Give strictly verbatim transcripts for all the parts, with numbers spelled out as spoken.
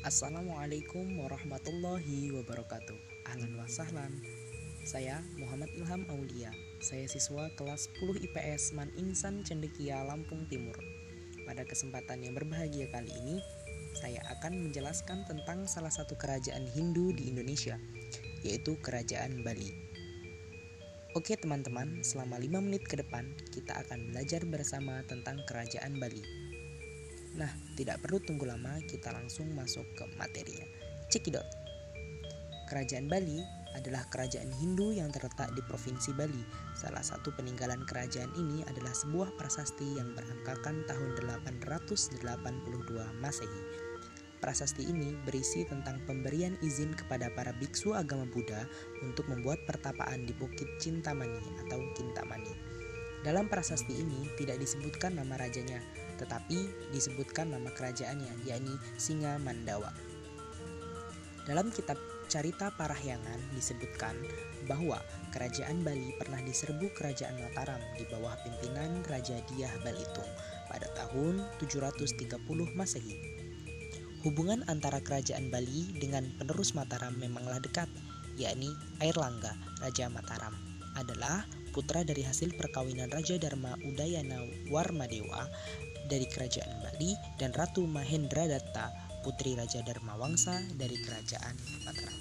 Assalamualaikum warahmatullahi wabarakatuh. Ahlan wa sahlan. Saya Muhammad Ilham Aulia. Saya siswa kelas sepuluh I P S Man Insan Cendekia, Lampung Timur. Pada kesempatan yang berbahagia kali ini, saya akan menjelaskan tentang salah satu kerajaan Hindu di Indonesia, yaitu Kerajaan Bali. Oke teman-teman, selama lima menit ke depan kita akan belajar bersama tentang Kerajaan Bali. Nah, tidak perlu tunggu lama, kita langsung masuk ke materinya. Cekidot. Kerajaan Bali adalah kerajaan Hindu yang terletak di Provinsi Bali. Salah satu peninggalan kerajaan ini adalah sebuah prasasti yang berangkakan tahun delapan ratus delapan puluh dua Masehi. Prasasti ini berisi tentang pemberian izin kepada para biksu agama Buddha untuk membuat pertapaan di Bukit Cintamani atau Kintamani. Dalam prasasti ini tidak disebutkan nama rajanya, tetapi disebutkan nama kerajaannya, yakni Singa Mandawa. Dalam kitab Carita Parahyangan disebutkan bahwa kerajaan Bali pernah diserbu kerajaan Mataram di bawah pimpinan Raja Dyah Balitung pada tahun tujuh ratus tiga puluh Masehi. Hubungan antara kerajaan Bali dengan penerus Mataram memanglah dekat, yakni Airlangga, Raja Mataram, adalah putra dari hasil perkawinan Raja Dharma Udayana Warmadewa dari Kerajaan Bali dan Ratu Mahendradatta, putri Raja Dharma Wangsa dari Kerajaan Mataram.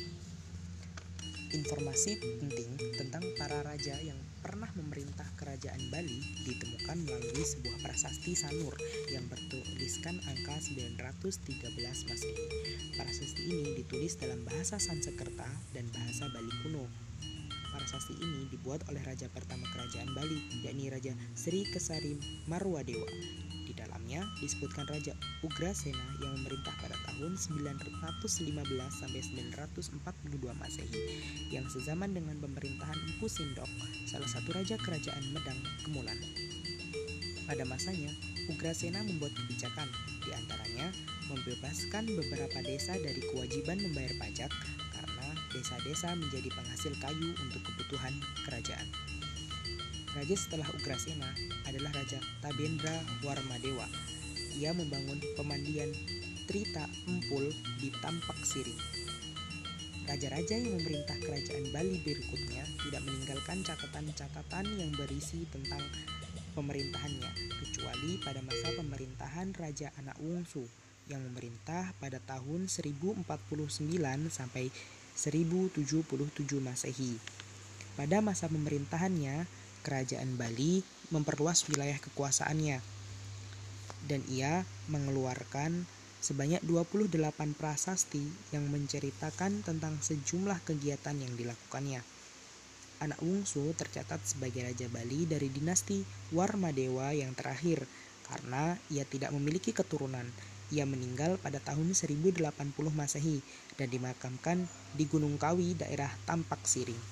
Informasi penting tentang para raja yang pernah memerintah Kerajaan Bali ditemukan melalui sebuah prasasti Sanur yang bertuliskan angka sembilan ratus tiga belas Masehi. Prasasti ini ditulis dalam bahasa Sanskerta dan bahasa Bali kuno. Prasasti ini dibuat oleh raja pertama Kerajaan Bali, yakni Raja Sri Kesari Marwadewa. Di dalamnya disebutkan Raja Ugrasena yang memerintah pada tahun sembilan ratus lima belas sampai sembilan ratus empat puluh dua Masehi, yang sezaman dengan pemerintahan Empu Sindok, salah satu raja Kerajaan Medang Kemulan. Pada masanya, Ugrasena membuat kebijakan, di antaranya membebaskan beberapa desa dari kewajiban membayar pajak karena desa-desa menjadi penghasil kayu untuk kebutuhan kerajaan. Raja setelah Ugrasena adalah Raja Tabendra Warmadewa. Ia membangun pemandian Trita Empul di Tampak Siri. Raja-raja yang memerintah Kerajaan Bali berikutnya tidak meninggalkan catatan-catatan yang berisi tentang pemerintahannya, kecuali pada masa pemerintahan Raja Anak Wungsu yang memerintah pada tahun seribu empat puluh sembilan sampai seribu tujuh puluh tujuh Masehi. Pada masa pemerintahannya, Kerajaan Bali memperluas wilayah kekuasaannya dan ia mengeluarkan sebanyak dua puluh delapan prasasti yang menceritakan tentang sejumlah kegiatan yang dilakukannya. Anak Wungsu tercatat sebagai Raja Bali dari dinasti Warmadewa yang terakhir karena ia tidak memiliki keturunan. Ia meninggal pada tahun seribu delapan puluh Masehi dan dimakamkan di Gunung Kawi, daerah Tampak Siring.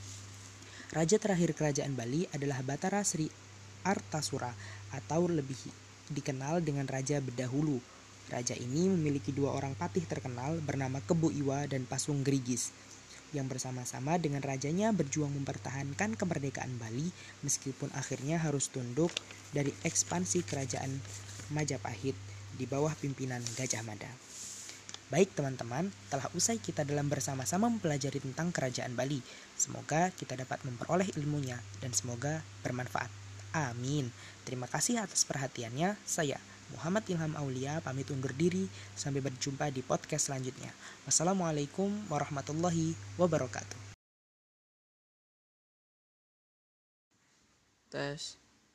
Raja terakhir Kerajaan Bali adalah Batara Sri Artasura atau lebih dikenal dengan Raja Bedahulu. Raja ini memiliki dua orang patih terkenal bernama Kebo Iwa dan Pasung Gerigis, yang bersama-sama dengan rajanya berjuang mempertahankan kemerdekaan Bali meskipun akhirnya harus tunduk dari ekspansi Kerajaan Majapahit di bawah pimpinan Gajah Mada. Baik teman-teman, telah usai kita dalam bersama-sama mempelajari tentang Kerajaan Bali. Semoga kita dapat memperoleh ilmunya dan semoga bermanfaat. Amin. Terima kasih atas perhatiannya. Saya Muhammad Ilham Aulia pamit undur diri. Sampai berjumpa di podcast selanjutnya. Wassalamualaikum warahmatullahi wabarakatuh. Tes.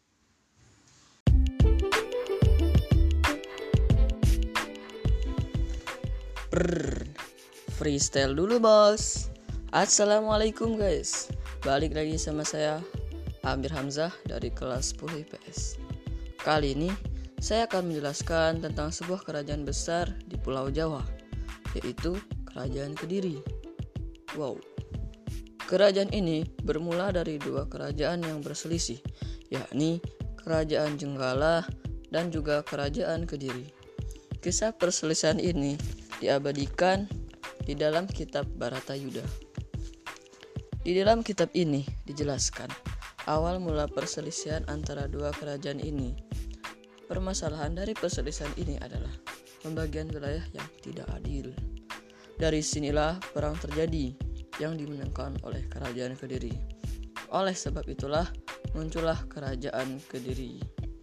Brrr, freestyle dulu bos. Assalamualaikum guys, balik lagi sama saya Amir Hamzah dari kelas sepuluh I P S. Kali ini saya akan menjelaskan tentang sebuah kerajaan besar di Pulau Jawa, yaitu Kerajaan Kediri. Wow, kerajaan ini bermula dari dua kerajaan yang berselisih, yakni Kerajaan Jenggala dan juga Kerajaan Kediri. Kisah perselisihan ini diabadikan di dalam kitab Bharatayuda. Di dalam kitab ini dijelaskan awal mula perselisihan antara dua kerajaan ini. Permasalahan dari perselisihan ini adalah pembagian wilayah yang tidak adil. Dari sinilah perang terjadi yang dimenangkan oleh Kerajaan Kediri. Oleh sebab itulah muncullah Kerajaan Kediri.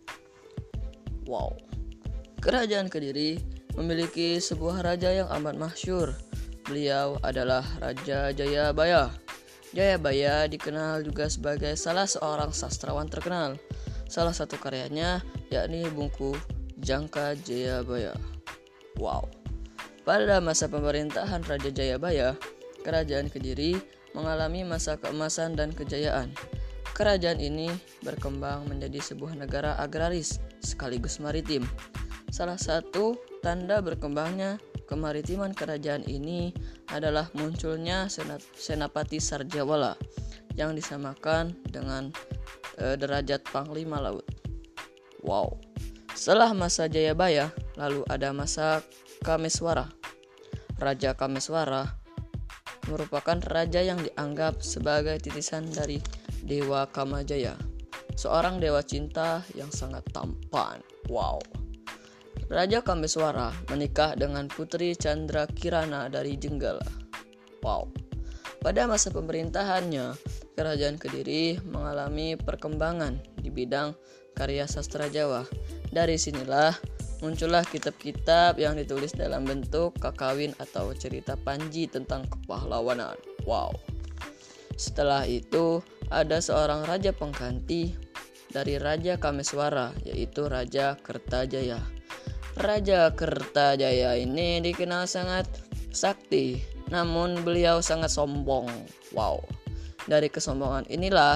Wow. Kerajaan Kediri memiliki sebuah raja yang amat masyhur. Beliau adalah Raja Jayabaya. Jayabaya dikenal juga sebagai salah seorang sastrawan terkenal. Salah satu karyanya yakni buku Jangka Jayabaya. Wow. Pada masa pemerintahan Raja Jayabaya, Kerajaan Kediri mengalami masa keemasan dan kejayaan. Kerajaan ini berkembang menjadi sebuah negara agraris sekaligus maritim. Salah satu tanda berkembangnya kemaritiman kerajaan ini adalah munculnya Senat- Senapati Sarjawala yang disamakan dengan e, derajat Panglima Laut. Wow. Setelah masa Jayabaya, lalu ada masa Kameswara. Raja Kameswara merupakan raja yang dianggap sebagai titisan dari Dewa Kamajaya, seorang dewa cinta yang sangat tampan. Wow. Raja Kameswara menikah dengan Putri Chandra Kirana dari Jenggala. Wow. Pada masa pemerintahannya, Kerajaan Kediri mengalami perkembangan di bidang karya sastra Jawa. Dari sinilah muncullah kitab-kitab yang ditulis dalam bentuk kakawin atau cerita Panji tentang kepahlawanan. Wow. Setelah itu, ada seorang raja pengganti dari Raja Kameswara, yaitu Raja Kertajaya. Raja Kertajaya ini dikenal sangat sakti, namun beliau sangat sombong. Wow. Dari kesombongan inilah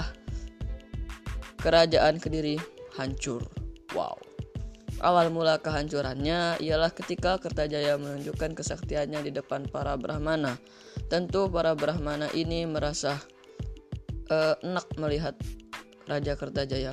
Kerajaan Kediri hancur. Wow. Awal mula kehancurannya ialah ketika Kertajaya menunjukkan kesaktiannya di depan para Brahmana. Tentu para Brahmana ini merasa uh, enak melihat Raja Kertajaya.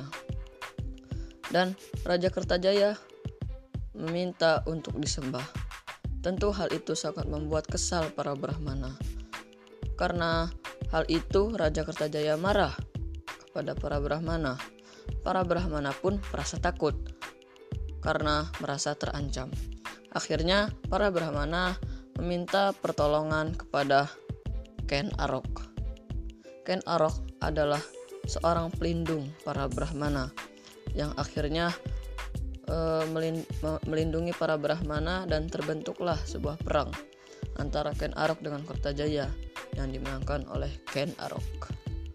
Dan Raja Kertajaya meminta untuk disembah. Tentu hal itu sangat membuat kesal para Brahmana. Karena hal itu Raja Kertajaya marah kepada para Brahmana. Para Brahmana pun merasa takut karena merasa terancam. Akhirnya para Brahmana meminta pertolongan kepada Ken Arok. Ken Arok adalah seorang pelindung para Brahmana yang akhirnya e, melindungi para Brahmana, dan terbentuklah sebuah perang antara Ken Arok dengan Kertajaya yang dimenangkan oleh Ken Arok.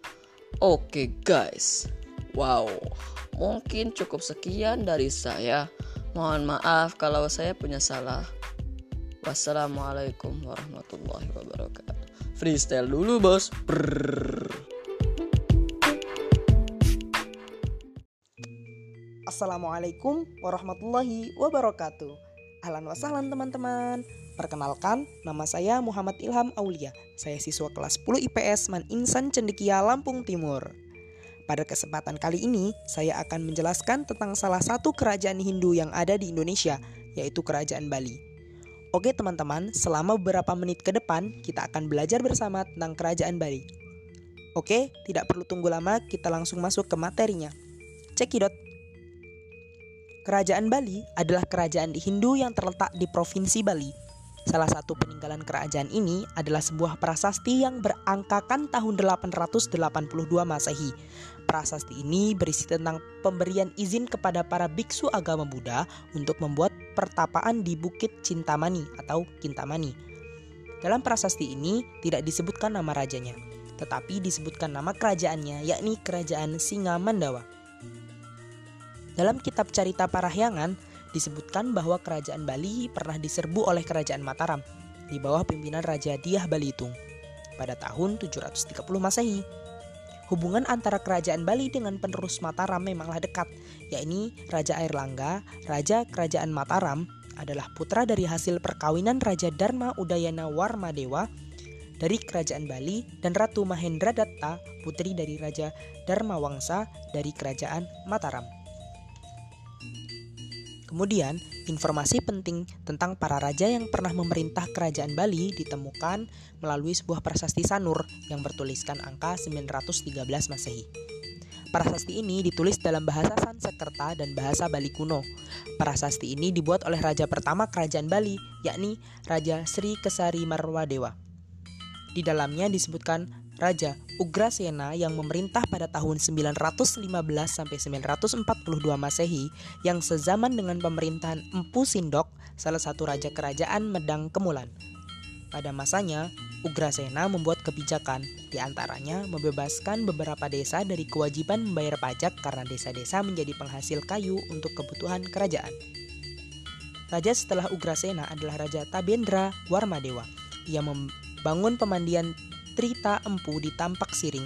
Oke guys, wow, mungkin cukup sekian dari saya. Mohon maaf kalau saya punya salah. Wassalamualaikum warahmatullahi wabarakatuh. Freestyle dulu bos. Brrr. Assalamualaikum warahmatullahi wabarakatuh. Ahlan wa sahlan teman-teman. Perkenalkan, nama saya Muhammad Ilham Aulia. Saya siswa kelas sepuluh I P S Man Insan Cendekia, Lampung Timur. Pada kesempatan kali ini, saya akan menjelaskan tentang salah satu kerajaan Hindu yang ada di Indonesia, yaitu Kerajaan Bali. Oke teman-teman, selama beberapa menit ke depan, kita akan belajar bersama tentang Kerajaan Bali. Oke, tidak perlu tunggu lama, kita langsung masuk ke materinya. Cekidot. Kerajaan Bali adalah kerajaan di Hindu yang terletak di Provinsi Bali. Salah satu peninggalan kerajaan ini adalah sebuah prasasti yang berangkakan tahun delapan ratus delapan puluh dua Masehi. Prasasti ini berisi tentang pemberian izin kepada para biksu agama Buddha untuk membuat pertapaan di Bukit Cintamani atau Kintamani. Dalam prasasti ini tidak disebutkan nama rajanya, tetapi disebutkan nama kerajaannya, yakni Kerajaan Singamandawa. Dalam kitab Carita Parahyangan disebutkan bahwa Kerajaan Bali pernah diserbu oleh Kerajaan Mataram di bawah pimpinan Raja Dyah Balitung pada tahun tujuh ratus tiga puluh Masehi. Hubungan antara Kerajaan Bali dengan penerus Mataram memanglah dekat, yakni Raja Airlangga, Raja Kerajaan Mataram, adalah putra dari hasil perkawinan Raja Dharma Udayana Warmadewa dari Kerajaan Bali dan Ratu Mahendra Datta, putri dari Raja Dharma Wangsa dari Kerajaan Mataram. Kemudian, informasi penting tentang para raja yang pernah memerintah Kerajaan Bali ditemukan melalui sebuah prasasti Sanur yang bertuliskan angka sembilan ratus tiga belas Masehi. Prasasti ini ditulis dalam bahasa Sanskerta dan bahasa Bali kuno. Prasasti ini dibuat oleh raja pertama kerajaan Bali, yakni Raja Sri Kesari Marwadewa. Di dalamnya disebutkan Raja Ugrasena yang memerintah pada tahun sembilan ratus lima belas sampai sembilan ratus empat puluh dua Masehi yang sezaman dengan pemerintahan Empu Sindok, salah satu raja kerajaan Medang Kemulan. Pada masanya, Ugrasena membuat kebijakan, di antaranya membebaskan beberapa desa dari kewajiban membayar pajak karena desa-desa menjadi penghasil kayu untuk kebutuhan kerajaan. Raja setelah Ugrasena adalah Raja Tabendra Warmadewa. Ia membangun pemandian Trita Empu di Tampak Siring.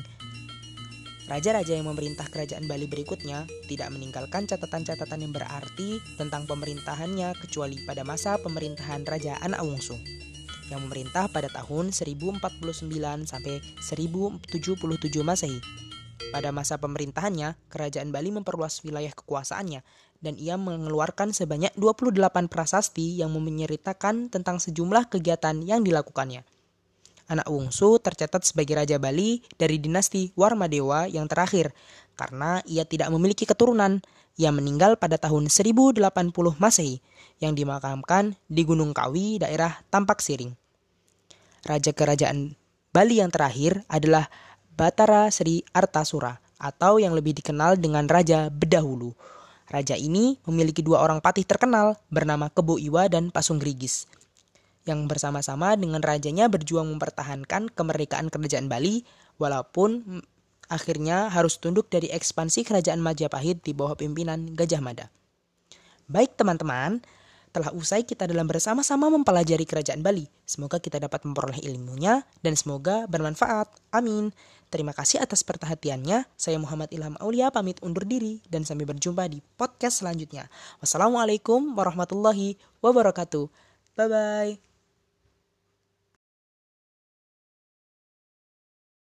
Raja-raja yang memerintah kerajaan Bali berikutnya tidak meninggalkan catatan-catatan yang berarti tentang pemerintahannya kecuali pada masa pemerintahan Raja Anak Wungsu yang memerintah pada tahun seribu empat puluh sembilan sampai seribu tujuh puluh tujuh Masehi. Pada masa pemerintahannya, kerajaan Bali memperluas wilayah kekuasaannya dan ia mengeluarkan sebanyak dua puluh delapan prasasti yang menceritakan tentang sejumlah kegiatan yang dilakukannya. Anak Wungsu tercatat sebagai Raja Bali dari dinasti Warmadewa yang terakhir karena ia tidak memiliki keturunan. Ia meninggal pada tahun seribu delapan puluh Masehi yang dimakamkan di Gunung Kawi, daerah Tampak Siring. Raja kerajaan Bali yang terakhir adalah Batara Sri Artasura atau yang lebih dikenal dengan Raja Bedahulu. Raja ini memiliki dua orang patih terkenal bernama Kebo Iwa dan Pasung Grigis yang bersama-sama dengan rajanya berjuang mempertahankan kemerdekaan kerajaan Bali walaupun akhirnya harus tunduk dari ekspansi kerajaan Majapahit di bawah pimpinan Gajah Mada. Baik teman-teman, telah usai kita dalam bersama-sama mempelajari kerajaan Bali. Semoga kita dapat memperoleh ilmunya dan semoga bermanfaat. Amin. Terima kasih atas perhatiannya. Saya Muhammad Ilham Aulia pamit undur diri dan sampai berjumpa di podcast selanjutnya. Wassalamualaikum warahmatullahi wabarakatuh. Bye-bye.